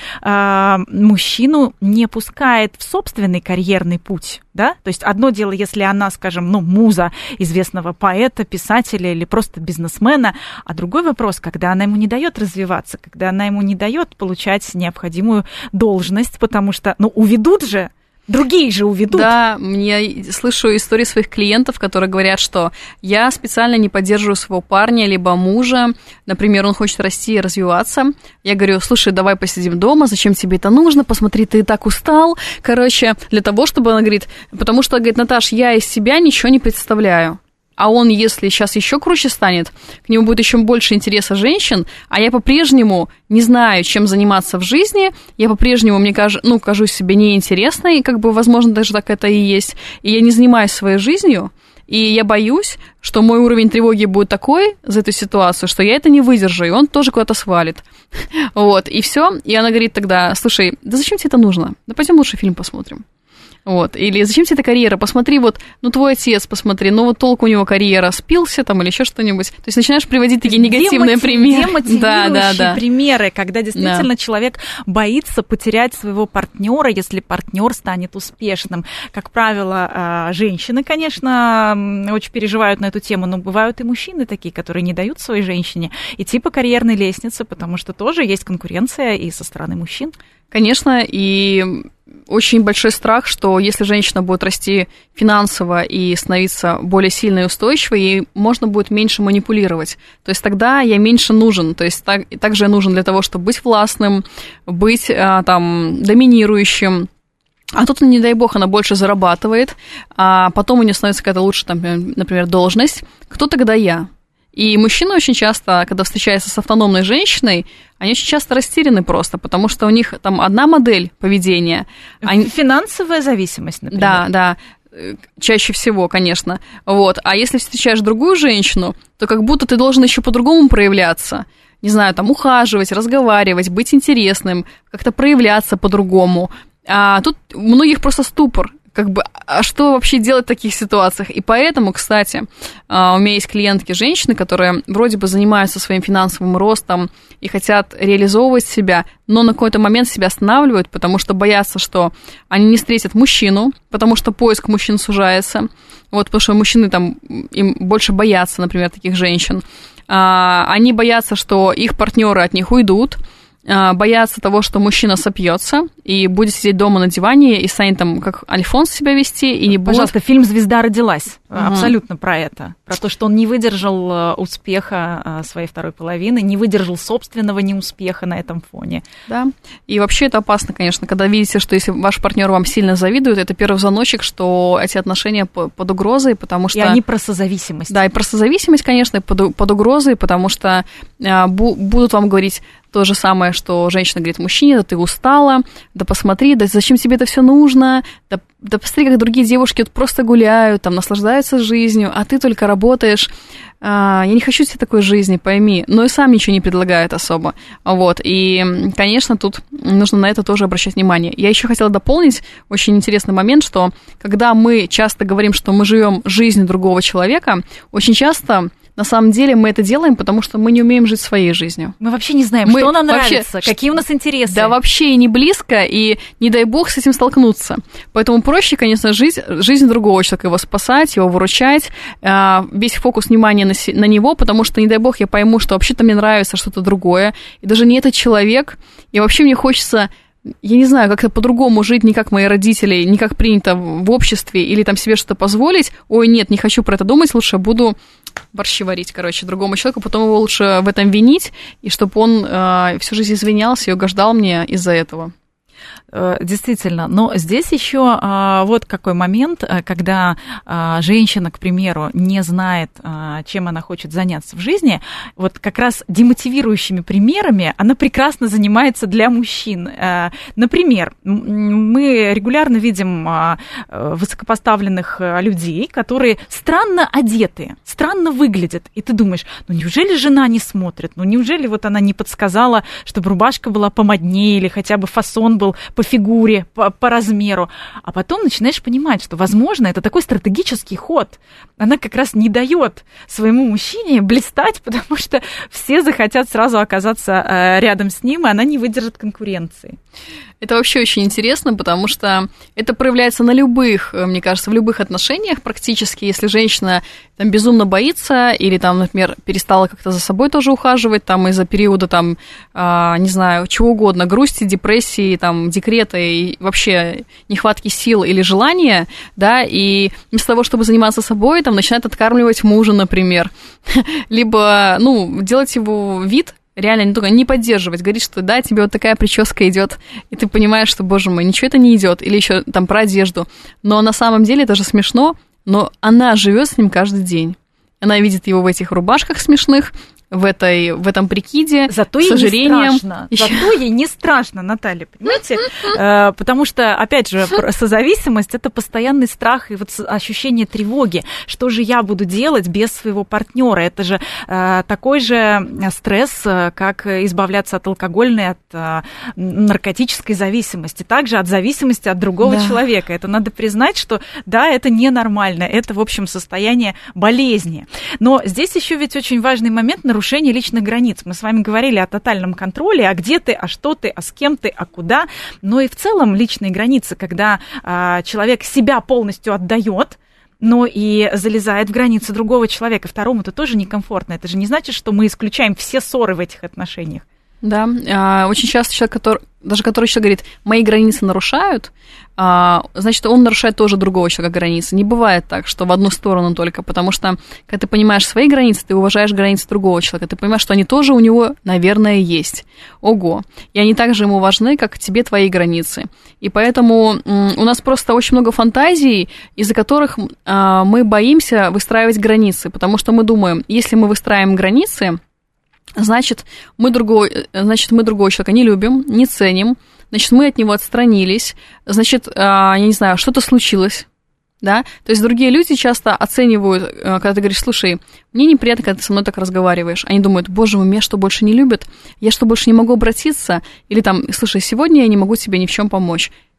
мужчину не пускает в собственный карьерный путь. Да? То есть одно дело, если она, скажем, ну, муза известного поэта, писателя или просто бизнесмена, а другой вопрос, когда она ему не дает развиваться, когда она ему не дает получать необходимую должность, потому что, ну, уведут же, другие же уведут. Да, мне слышу истории своих клиентов, которые говорят, что я специально не поддерживаю своего парня либо мужа, например, он хочет расти и развиваться. Я говорю: слушай, давай посидим дома, зачем тебе это нужно, посмотри, ты и так устал. Короче, для того, чтобы она говорит, потому что, говорит, Наташ, я из себя ничего не представляю. А он, если сейчас еще круче станет, к нему будет еще больше интереса женщин, а я по-прежнему не знаю, чем заниматься в жизни, я по-прежнему, мне кажется, ну, кажусь себе неинтересной, как бы, возможно, даже так это и есть, и я не занимаюсь своей жизнью, и я боюсь, что мой уровень тревоги будет такой за эту ситуацию, что я это не выдержу, и он тоже куда-то свалит. Вот, и все. И она говорит тогда: слушай, да зачем тебе это нужно? Да пойдем лучше фильм посмотрим. Вот. Или зачем тебе эта карьера? Посмотри, вот, ну, твой отец, посмотри, ну, вот толку у него карьера, спился там или еще что-нибудь. То есть начинаешь приводить такие негативные Демотив... примеры. Демотивирующие да, да, да. примеры, когда действительно да. человек боится потерять своего партнера, если партнер станет успешным. Как правило, женщины, конечно, очень переживают на эту тему, но бывают и мужчины такие, которые не дают своей женщине идти по карьерной лестнице, потому что тоже есть конкуренция и со стороны мужчин. Конечно, и очень большой страх, что если женщина будет расти финансово и становиться более сильной и устойчивой, ей можно будет меньше манипулировать. То есть тогда я меньше нужен. То есть так, также я нужен для того, чтобы быть властным, быть там доминирующим. А тут, не дай бог, она больше зарабатывает, а потом у нее становится какая-то лучшая, там, например, должность. Кто тогда я? И мужчины очень часто, когда встречаются с автономной женщиной, они очень часто растеряны просто, потому что у них там одна модель поведения. Они... Финансовая зависимость, например. Да, да, чаще всего, конечно. Вот. А если встречаешь другую женщину, то как будто ты должен еще по-другому проявляться. Не знаю, там, ухаживать, разговаривать, быть интересным, как-то проявляться по-другому. А тут у многих просто ступор. как бы, а что вообще делать в таких ситуациях? И поэтому, кстати, у меня есть клиентки женщины, которые вроде бы занимаются своим финансовым ростом и хотят реализовывать себя, но на какой-то момент себя останавливают, потому что боятся, что они не встретят мужчину, потому что поиск мужчин сужается. Вот, потому что мужчины там, им больше боятся, например, таких женщин. Они боятся, что их партнеры от них уйдут, боятся того, что мужчина сопьется и будет сидеть дома на диване и станет там как Альфонс себя вести, и не будет... Пожалуйста, фильм «Звезда родилась» угу. абсолютно про это. Про то, что он не выдержал успеха своей второй половины, не выдержал собственного неуспеха на этом фоне. Да, и вообще это опасно, конечно, когда видите, что если ваш партнер вам сильно завидует, это первый звоночек, что эти отношения под угрозой, потому что... И они про созависимость. Да, и про созависимость, конечно, под, под угрозой, потому что будут вам говорить то же самое, что женщина говорит мужчине: да ты устала, да посмотри, да зачем тебе это все нужно, да, да посмотри, как другие девушки вот просто гуляют, там, наслаждаются жизнью, а ты только работаешь. А, я не хочу себе такой жизни, пойми. Но и сам ничего не предлагает особо. Вот. И, конечно, тут нужно на это тоже обращать внимание. Я еще хотела дополнить очень интересный момент, что когда мы часто говорим, что мы живем жизнью другого человека, очень часто... На самом деле мы это делаем, потому что мы не умеем жить своей жизнью. Мы вообще не знаем, мы что нам вообще, нравится, какие у нас интересы. Да, вообще и не близко, и не дай бог с этим столкнуться. Поэтому проще, конечно, жить жизнь другого человека, его спасать, его выручать, весь фокус внимания на, на него, потому что, не дай бог, я пойму, что вообще-то мне нравится что-то другое, и даже не этот человек, и вообще мне хочется... Я не знаю, как-то по-другому жить, не как мои родители, не как принято в обществе, или там себе что-то позволить. Ой, нет, не хочу про это думать, лучше буду борщи варить, короче, другому человеку, потом его лучше в этом винить, и чтобы он э, всю жизнь извинялся и угождал мне из-за этого. Действительно, но здесь еще вот какой момент, когда женщина, к примеру, не знает, чем она хочет заняться в жизни, вот как раз демотивирующими примерами она прекрасно занимается для мужчин. Например, мы регулярно видим высокопоставленных людей, которые странно одеты, странно выглядят, и ты думаешь, ну неужели жена не смотрит, ну неужели вот она не подсказала, чтобы рубашка была помоднее или хотя бы фасон был по фигуре, по, по размеру. А потом начинаешь понимать, что, возможно, это такой стратегический ход. Она как раз не дает своему мужчине блистать, потому что все захотят сразу оказаться э, рядом с ним, и она не выдержит конкуренции. Это вообще очень интересно, потому что это проявляется на любых, мне кажется, в любых отношениях практически. Если женщина там безумно боится или там, например, перестала как-то за собой тоже ухаживать там из-за периода там, э, не знаю, чего угодно, грусти, депрессии, там, декрета и вообще нехватки сил или желания, да, и вместо того, чтобы заниматься собой, там, начинает откармливать мужа, например, либо, ну, делать его вид, реально не только не поддерживать, говорить, что да, тебе вот такая прическа идет, и ты понимаешь, что, боже мой, ничего это не идет, или еще там про одежду. Но на самом деле это же смешно, но она живет с ним каждый день. Она видит его в этих рубашках смешных, в, этой, в этом прикиде, Зато с ожирением. Ей не страшно. Зато ей не страшно, Наталья, понимаете? Потому что, опять же, созависимость – это постоянный страх и вот ощущение тревоги. Что же я буду делать без своего партнера? Это же такой же стресс, как избавляться от алкогольной, от наркотической зависимости. Также от зависимости от другого да. человека. Это надо признать, что да, это ненормально. Это, в общем, состояние болезни. Но здесь еще ведь очень важный момент – нарушение личных границ. Мы с вами говорили о тотальном контроле, а где ты, а что ты, а с кем ты, а куда. Но и в целом личные границы, когда а, человек себя полностью отдает, но и залезает в границы другого человека. Второму-то тоже некомфортно. Это же не значит, что мы исключаем все ссоры в этих отношениях. Да, очень часто человек, который, даже который еще говорит, мои границы нарушают, значит, он нарушает тоже другого человека границы. Не бывает так, что в одну сторону только, потому что, когда ты понимаешь свои границы, ты уважаешь границы другого человека, ты понимаешь, что они тоже у него, наверное, есть. Ого. И они также ему важны, как тебе твои границы. И поэтому у нас просто очень много фантазий, из-за которых мы боимся выстраивать границы, потому что мы думаем, если мы выстраиваем границы, Значит мы, другой, значит, мы другого человека не любим, не ценим, значит, мы от него отстранились, значит, я не знаю, что-то случилось, да, то есть другие люди часто оценивают, когда ты говоришь, слушай, мне неприятно, когда ты со мной так разговариваешь, они думают, боже мой, меня что, больше не любят, я что, больше не могу обратиться, или там, слушай, сегодня я не могу тебе ни в чем помочь.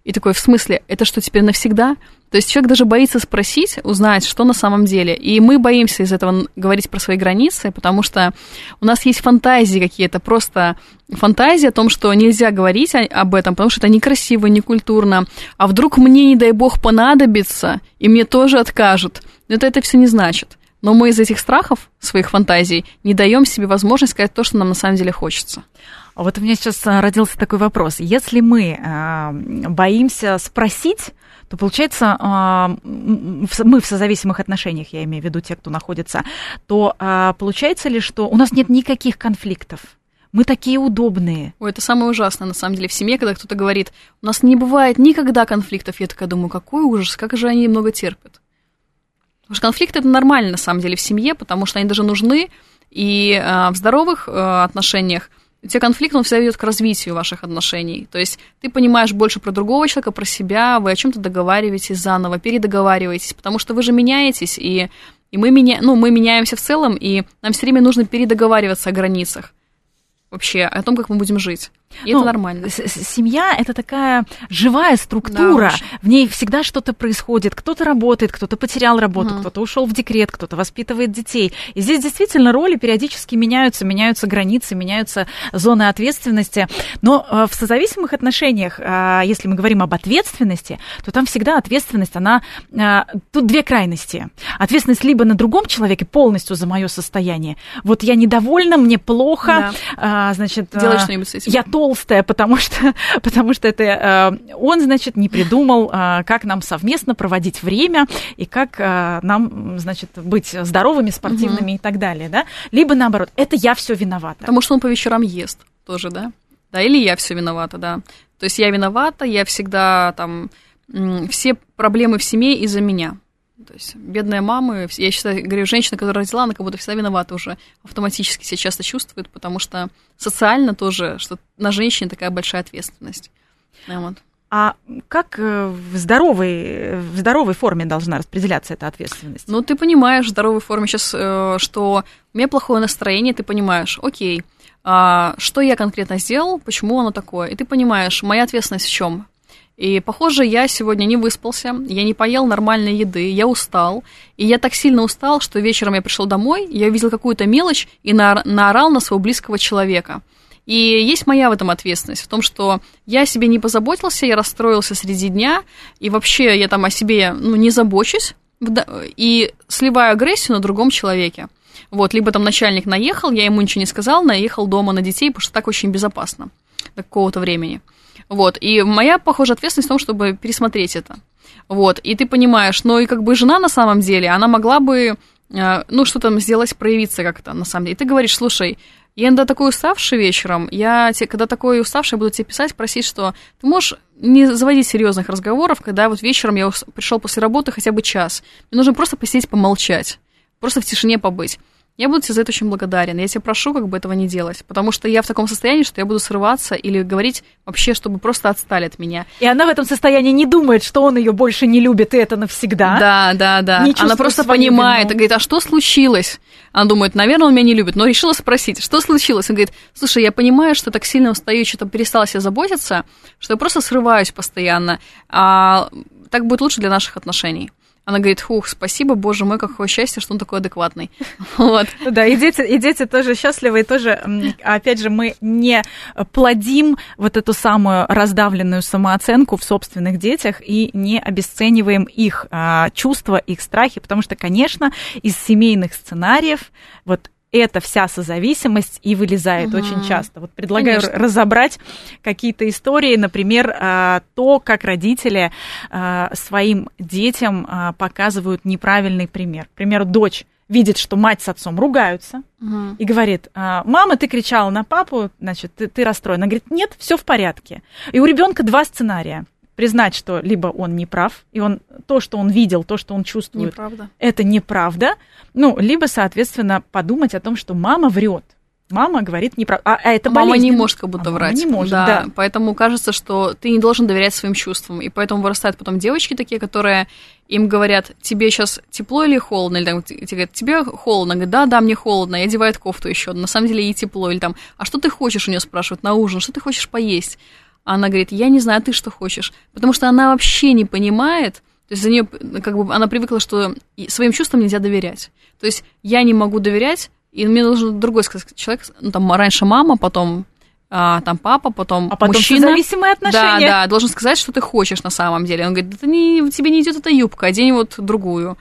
И такой, в смысле, это что, теперь навсегда? То есть человек даже боится спросить, узнать, что на самом деле. И мы боимся из этого говорить про свои границы, потому что у нас есть фантазии какие-то, просто фантазии о том, что нельзя говорить об этом, потому что это некрасиво, некультурно. А вдруг мне, не дай бог, понадобится, и мне тоже откажут. Это это все не значит. Но мы из этих страхов, своих фантазий, не даем себе возможность сказать то, что нам на самом деле хочется. Вот у меня сейчас родился такой вопрос. Если мы э, боимся спросить, то, получается, э, мы в созависимых отношениях, я имею в виду те, кто находится, то э, получается ли, что у нас нет никаких конфликтов? Мы такие удобные. Ой, это самое ужасное, на самом деле, в семье, когда кто-то говорит, у нас не бывает никогда конфликтов. Я такая думаю, какой ужас, как же они много терпят. Потому что конфликты – это нормально, на самом деле, в семье, потому что они даже нужны, и э, в здоровых э, отношениях у тебя конфликт, он всегда ведет к развитию ваших отношений. То есть ты понимаешь больше про другого человека, про себя, вы о чем-то договариваетесь заново, передоговариваетесь, потому что вы же меняетесь, и, и мы, меня, ну, мы меняемся в целом, и нам все время нужно передоговариваться о границах. Вообще, о том, как мы будем жить. И ну, это нормально. Семья – это такая живая структура. Да, в ней всегда что-то происходит. Кто-то работает, кто-то потерял работу, угу. кто-то ушел в декрет, кто-то воспитывает детей. И здесь действительно роли периодически меняются, меняются границы, меняются зоны ответственности. Но в созависимых отношениях, если мы говорим об ответственности, то там всегда ответственность, она… Тут две крайности. Ответственность либо на другом человеке полностью за мое состояние. Вот я недовольна, мне плохо, да. значит… Делай что-нибудь с этим. Я толстая, потому что, потому что это э, он, значит, не придумал, э, как нам совместно проводить время и как э, нам, значит, быть здоровыми, спортивными угу. и так далее, да? Либо наоборот, это я все виновата. Потому что он по вечерам ест тоже, да? Да, или я все виновата, да. То есть я виновата, я всегда там, все проблемы в семье из-за меня. То есть бедная мама, я считаю, говорю, женщина, которая родила, она как будто всегда виновата уже, автоматически себя часто чувствует, потому что социально тоже, что на женщине такая большая ответственность. Вот. А как в здоровой, в здоровой форме должна распределяться эта ответственность? Ну, ты понимаешь в здоровой форме сейчас, что у меня плохое настроение, ты понимаешь, окей, что я конкретно сделал, почему оно такое, и ты понимаешь, моя ответственность в чем? И, похоже, я сегодня не выспался, я не поел нормальной еды, я устал. И я так сильно устал, что вечером я пришел домой, я увидел какую-то мелочь и наорал на своего близкого человека. И есть моя в этом ответственность, в том, что я о себе не позаботился, я расстроился среди дня, и вообще я там о себе ну, не забочусь, и сливаю агрессию на другом человеке. Вот, либо там начальник наехал, я ему ничего не сказал, наехал дома на детей, потому что так очень безопасно до какого-то времени. Вот, и моя, похоже, ответственность в том, чтобы пересмотреть это. Вот, и ты понимаешь, но и как бы жена на самом деле, она могла бы, ну, что там сделать, проявиться как-то, на самом деле. И ты говоришь, слушай, я иногда такой уставший вечером, я тебе, когда такой уставший, я буду тебе писать, просить, что ты можешь не заводить серьезных разговоров, когда вот вечером я пришел после работы хотя бы час. Мне нужно просто посидеть, помолчать, просто в тишине побыть. Я буду тебе за это очень благодарен. Я тебя прошу, как бы этого не делать. Потому что я в таком состоянии, что я буду срываться или говорить вообще, чтобы просто отстали от меня. И она в этом состоянии не думает, что он ее больше не любит, и это навсегда. Да, да, да. Она просто понимает и говорит, а что случилось? Она думает, наверное, он меня не любит. Но решила спросить, что случилось? Он говорит, слушай, я понимаю, что так сильно устаю, что-то перестала себя заботиться, что я просто срываюсь постоянно. А так будет лучше для наших отношений. Она говорит, хух, спасибо, боже мой, какое счастье, что он такой адекватный. Вот. Да, и дети, и дети тоже счастливы, и тоже, опять же, мы не плодим вот эту самую раздавленную самооценку в собственных детях и не обесцениваем их а, чувства, их страхи, потому что, конечно, из семейных сценариев вот эта вся созависимость и вылезает угу. очень часто. Вот предлагаю Конечно. разобрать какие-то истории, например, то, как родители своим детям показывают неправильный пример. К примеру, дочь видит, что мать с отцом ругаются, угу. и говорит, мама, ты кричала на папу, значит, ты, ты расстроена. Она говорит, нет, все в порядке. И у ребенка два сценария. Признать, что либо он не прав, и он то, что он видел, то, что он чувствует, неправда. Это неправда, ну, либо, соответственно, подумать о том, что мама врет. Мама говорит неправду. А, а это мама болезненно. не может как будто а врать. Мама не может, да, да. Поэтому кажется, что ты не должен доверять своим чувствам. И поэтому вырастают потом девочки такие, которые им говорят, тебе сейчас тепло или холодно? Или там, тебе говорят, тебе холодно. Говорят, да, да, мне холодно. И одевает кофту еще. На самом деле ей тепло. Или там, а что ты хочешь у нее спрашивают на ужин? Что ты хочешь поесть? она говорит, я не знаю, а ты что хочешь? Потому что она вообще не понимает, то есть за нее, как бы, она привыкла, что своим чувствам нельзя доверять. То есть я не могу доверять, и мне должен другой сказать человек, ну, там, раньше мама, потом а, там папа, потом, а потом мужчина. созависимые отношения. Да, да, должен сказать, что ты хочешь на самом деле. Он говорит, это не, тебе не идет эта юбка, одень вот другую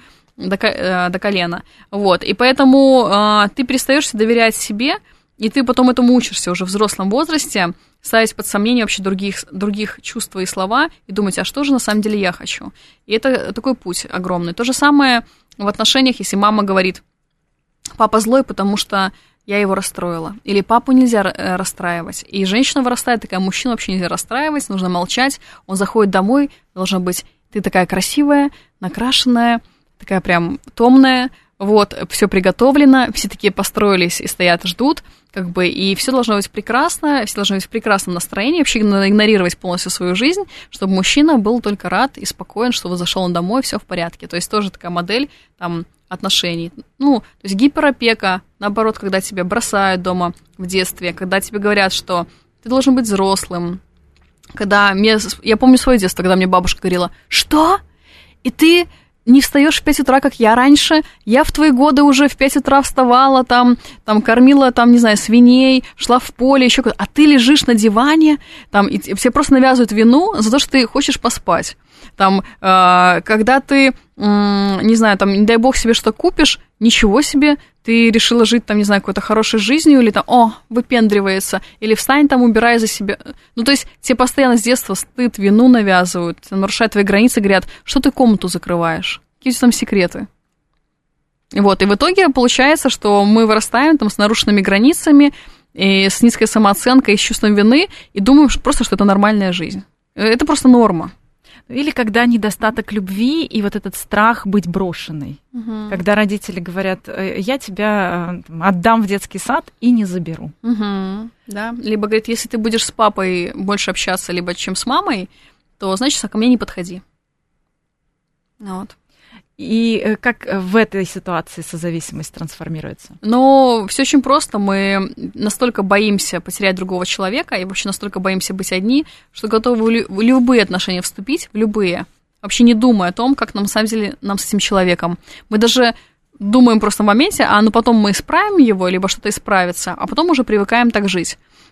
до, до колена. Вот, и поэтому а, ты перестаешь доверять себе, и ты потом этому учишься уже в взрослом возрасте, ставить под сомнение вообще других, других чувств и слова, и думать, а что же на самом деле я хочу. И это такой путь огромный. То же самое в отношениях, если мама говорит, папа злой, потому что я его расстроила. Или папу нельзя расстраивать. И женщина вырастает такая, мужчину вообще нельзя расстраивать, нужно молчать. Он заходит домой, должна быть, ты такая красивая, накрашенная, такая прям томная, вот, все приготовлено, все такие построились и стоят, ждут, как бы, и все должно быть прекрасно, все должны быть в прекрасном настроении, вообще игнорировать полностью свою жизнь, чтобы мужчина был только рад и спокоен, что зашел он домой, все в порядке. То есть тоже такая модель, там, отношений. Ну, то есть гиперопека, наоборот, когда тебя бросают дома в детстве, когда тебе говорят, что ты должен быть взрослым. Когда мне, я помню свое детство, когда мне бабушка говорила, что? И ты не встаешь в пять утра, как я раньше? Я в твои годы уже в пять утра вставала, там, там кормила, там, не знаю, свиней, шла в поле, еще куда-то. А ты лежишь на диване, там, и все просто навязывают вину за то, что ты хочешь поспать. Там, э, когда ты, э, не знаю, там, не дай бог себе что купишь, ничего себе, ты решила жить, там, не знаю, какой-то хорошей жизнью, или там, о, выпендривается, или встань там, убирай за себя. Ну, то есть тебе постоянно с детства стыд, вину навязывают, нарушают твои границы, говорят, что ты комнату закрываешь, какие там секреты. Вот, и в итоге получается, что мы вырастаем там с нарушенными границами, и с низкой самооценкой, и с чувством вины, и думаем просто, что это нормальная жизнь. Это просто норма. Или когда недостаток любви и вот этот страх быть брошенной. Угу. Когда родители говорят, я тебя отдам в детский сад и не заберу. Угу. Да. Либо говорит, если ты будешь с папой больше общаться, либо чем с мамой, то, значит, ко мне не подходи. Вот. И как в этой ситуации созависимость трансформируется? Ну, все очень просто. Мы настолько боимся потерять другого человека и вообще настолько боимся быть одни, что готовы в любые отношения вступить, в любые, вообще не думая о том, как нам, на самом деле, нам с этим человеком. Мы даже думаем просто в моменте, а ну потом мы исправим его, либо что-то исправится, а потом уже привыкаем так жить.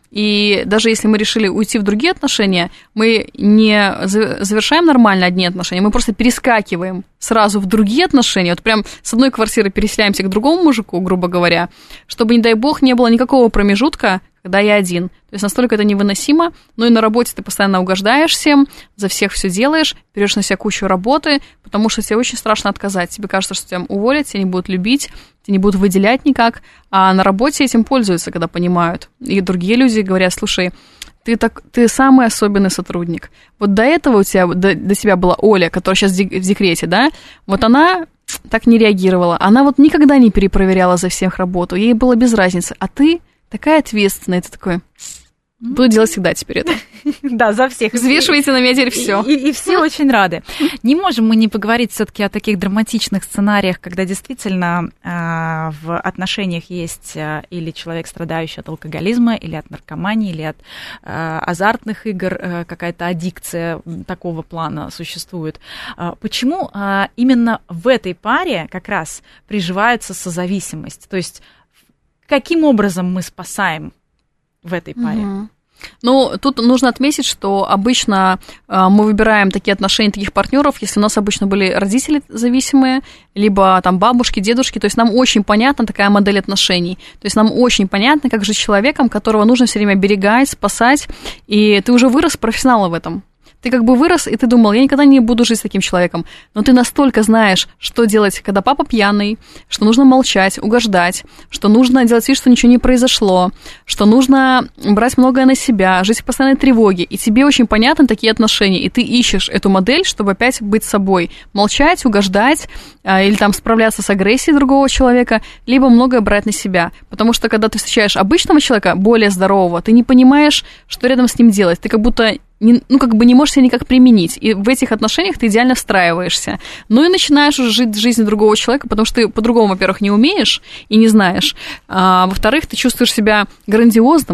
И даже если мы решили уйти в другие отношения, мы не завершаем нормально одни отношения, мы просто перескакиваем сразу в другие отношения, вот прям с одной квартиры переселяемся к другому мужику, грубо говоря, чтобы, не дай бог, не было никакого промежутка, когда я один. То есть настолько это невыносимо, но и на работе ты постоянно угождаешь всем, за всех все делаешь, берешь на себя кучу работы, потому что тебе очень страшно отказать. Тебе кажется, что тебя уволят, тебя не будут любить, тебя не будут выделять никак, а на работе этим пользуются, когда понимают. И другие люди говорят, слушай, ты, так, ты самый особенный сотрудник. Вот до этого у тебя, до, до тебя была Оля, которая сейчас в декрете, да, вот она так не реагировала, она вот никогда не перепроверяла за всех работу, ей было без разницы, а ты такая ответственная, ты такой, буду делать всегда теперь это. Да, за всех. Взвешивайте на меня теперь все. И, и, и все очень рады. Не можем мы не поговорить все-таки о таких драматичных сценариях, когда действительно э, в отношениях есть э, или человек, страдающий от алкоголизма, или от наркомании, или от э, азартных игр, э, какая-то аддикция такого плана существует. Э, почему э, именно в этой паре как раз приживается созависимость? То есть каким образом мы спасаем в этой паре? Угу. Ну, тут нужно отметить, что обычно э, мы выбираем такие отношения, таких партнеров, если у нас обычно были родители зависимые, либо там бабушки, дедушки, то есть нам очень понятна такая модель отношений, то есть нам очень понятно, как жить с человеком, которого нужно все время берегать, спасать, и ты уже вырос профессионал в этом. Ты как бы вырос, и ты думал, я никогда не буду жить с таким человеком. Но ты настолько знаешь, что делать, когда папа пьяный, что нужно молчать, угождать, что нужно делать вид, что ничего не произошло, что нужно брать многое на себя, жить в постоянной тревоге. И тебе очень понятны такие отношения, и ты ищешь эту модель, чтобы опять быть собой. Молчать, угождать, или там справляться с агрессией другого человека, либо многое брать на себя. Потому что когда ты встречаешь обычного человека, более здорового, ты не понимаешь, что рядом с ним делать. Ты как будто... Не, ну, как бы не можешь себя никак применить. И в этих отношениях ты идеально встраиваешься. Ну и начинаешь уже жить жизнью другого человека, потому что ты по-другому, во-первых, не умеешь и не знаешь. А, во-вторых, ты чувствуешь себя грандиозным,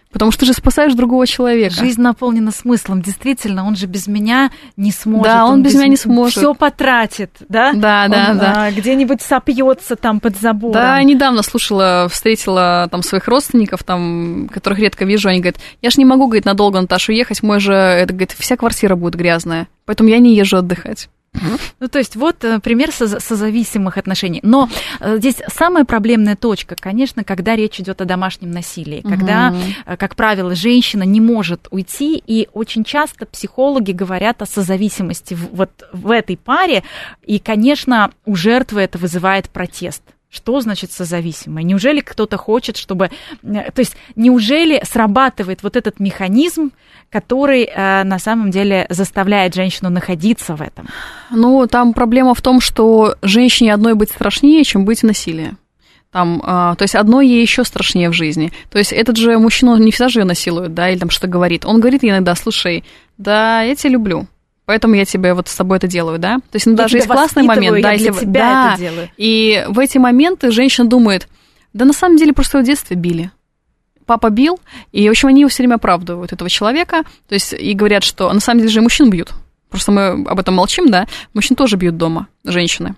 Потому что ты же спасаешь другого человека. Жизнь наполнена смыслом. Действительно, он же без меня не сможет. Да, он, он без меня не сможет. Все потратит, да? Да, да, он, да. А, где-нибудь сопьется там под забором. Да, недавно слушала, встретила там своих родственников, там, которых редко вижу, они говорят, я ж не могу, говорит, надолго, Наташа, уехать, мой же, это, говорит, вся квартира будет грязная, поэтому я не езжу отдыхать. Ну, то есть вот пример созависимых отношений. Но здесь самая проблемная точка, конечно, когда речь идет о домашнем насилии, угу. когда, как правило, женщина не может уйти, и очень часто психологи говорят о созависимости вот в этой паре, и, конечно, у жертвы это вызывает протест. Что значит созависимое? Неужели кто-то хочет, чтобы... То есть неужели срабатывает вот этот механизм, который э, на самом деле заставляет женщину находиться в этом? Ну, там проблема в том, что женщине одной быть страшнее, чем быть в насилии. Там, э, то есть одно ей еще страшнее в жизни. То есть этот же мужчина не всегда же ее насилует, да, или там что-то говорит. Он говорит ей иногда, слушай, да, я тебя люблю. Поэтому я тебе вот с тобой это делаю, да? То есть ну, даже есть классный момент, да, если тебя да, это делаю. И в эти моменты женщина думает, да на самом деле просто в детстве били. Папа бил, и, в общем, они все время оправдывают этого человека, то есть и говорят, что на самом деле же и мужчин бьют. Просто мы об этом молчим, да? Мужчин тоже бьют дома, женщины.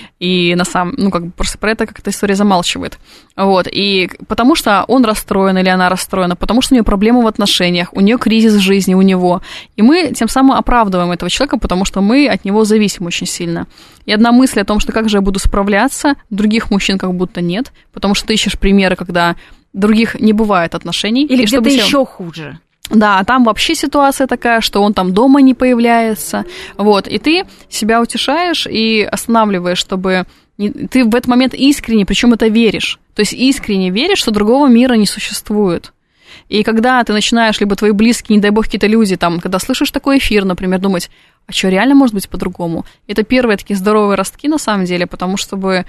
И на самом, ну, как бы просто про это как-то история замалчивает. Вот, и потому что он расстроен или она расстроена, потому что у нее проблемы в отношениях, у нее кризис в жизни, у него. И мы тем самым оправдываем этого человека, потому что мы от него зависим очень сильно. И одна мысль о том, что как же я буду справляться, других мужчин как будто нет, потому что ты ищешь примеры, когда других не бывает отношений. Или где-то еще хуже. Да, там вообще ситуация такая, что он там дома не появляется, вот, и ты себя утешаешь и останавливаешь, чтобы не, ты в этот момент искренне, причем это веришь, то есть искренне веришь, что другого мира не существует. И когда ты начинаешь, либо твои близкие, не дай бог, какие-то люди, там, когда слышишь такой эфир, например, думать, а что, реально может быть по-другому? Это первые такие здоровые ростки, на самом деле, потому что, чтобы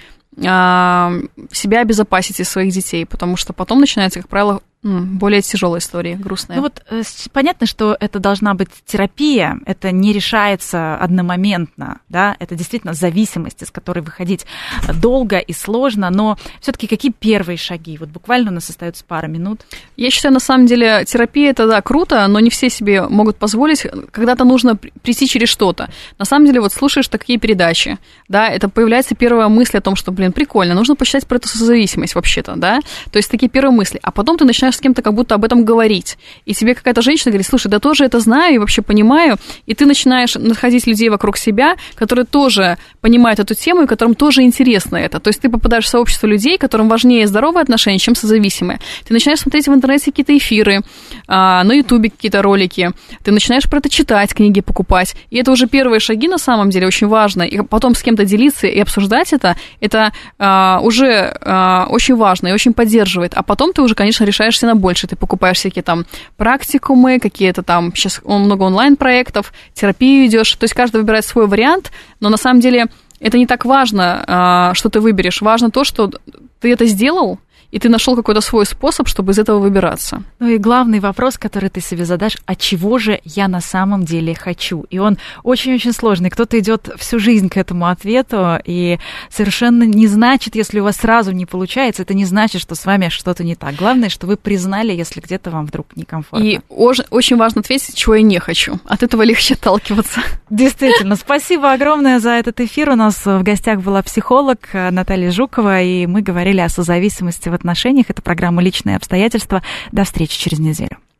а, себя обезопасить и своих детей, потому что потом начинается, как правило, более тяжелая история, грустная. Ну вот понятно, что это должна быть терапия, это не решается одномоментно, да, это действительно зависимость, из которой выходить долго и сложно, но все-таки какие первые шаги? Вот буквально у нас остается пара минут. Я считаю, на самом деле, терапия это, да, круто, но не все себе могут позволить, когда-то нужно прийти через что-то. На самом деле, вот слушаешь такие передачи, да, это появляется первая мысль о том, что, блин, прикольно, нужно почитать про эту созависимость вообще-то, да, то есть такие первые мысли, а потом ты начинаешь с кем-то как будто об этом говорить. И тебе какая-то женщина говорит, слушай, да тоже это знаю и вообще понимаю. И ты начинаешь находить людей вокруг себя, которые тоже понимают эту тему и которым тоже интересно это. То есть ты попадаешь в сообщество людей, которым важнее здоровые отношения, чем созависимые. Ты начинаешь смотреть в интернете какие-то эфиры, на ютубе какие-то ролики. Ты начинаешь про это читать, книги покупать. И это уже первые шаги на самом деле, очень важно. И потом с кем-то делиться и обсуждать это, это уже очень важно и очень поддерживает. А потом ты уже, конечно, решаешься на больше. Ты покупаешь всякие там практикумы, какие-то там, сейчас много онлайн-проектов, терапию идешь. То есть каждый выбирает свой вариант, но на самом деле это не так важно, что ты выберешь. Важно то, что ты это сделал, и ты нашел какой-то свой способ, чтобы из этого выбираться. Ну и главный вопрос, который ты себе задашь, а чего же я на самом деле хочу? И он очень-очень сложный. Кто-то идет всю жизнь к этому ответу, и совершенно не значит, если у вас сразу не получается, это не значит, что с вами что-то не так. Главное, что вы признали, если где-то вам вдруг некомфортно. И очень важно ответить, чего я не хочу. От этого легче отталкиваться. Действительно. Спасибо огромное за этот эфир. У нас в гостях была психолог Наталья Жукова, и мы говорили о созависимости в отношениях. Это программа «Личные обстоятельства». До встречи через неделю.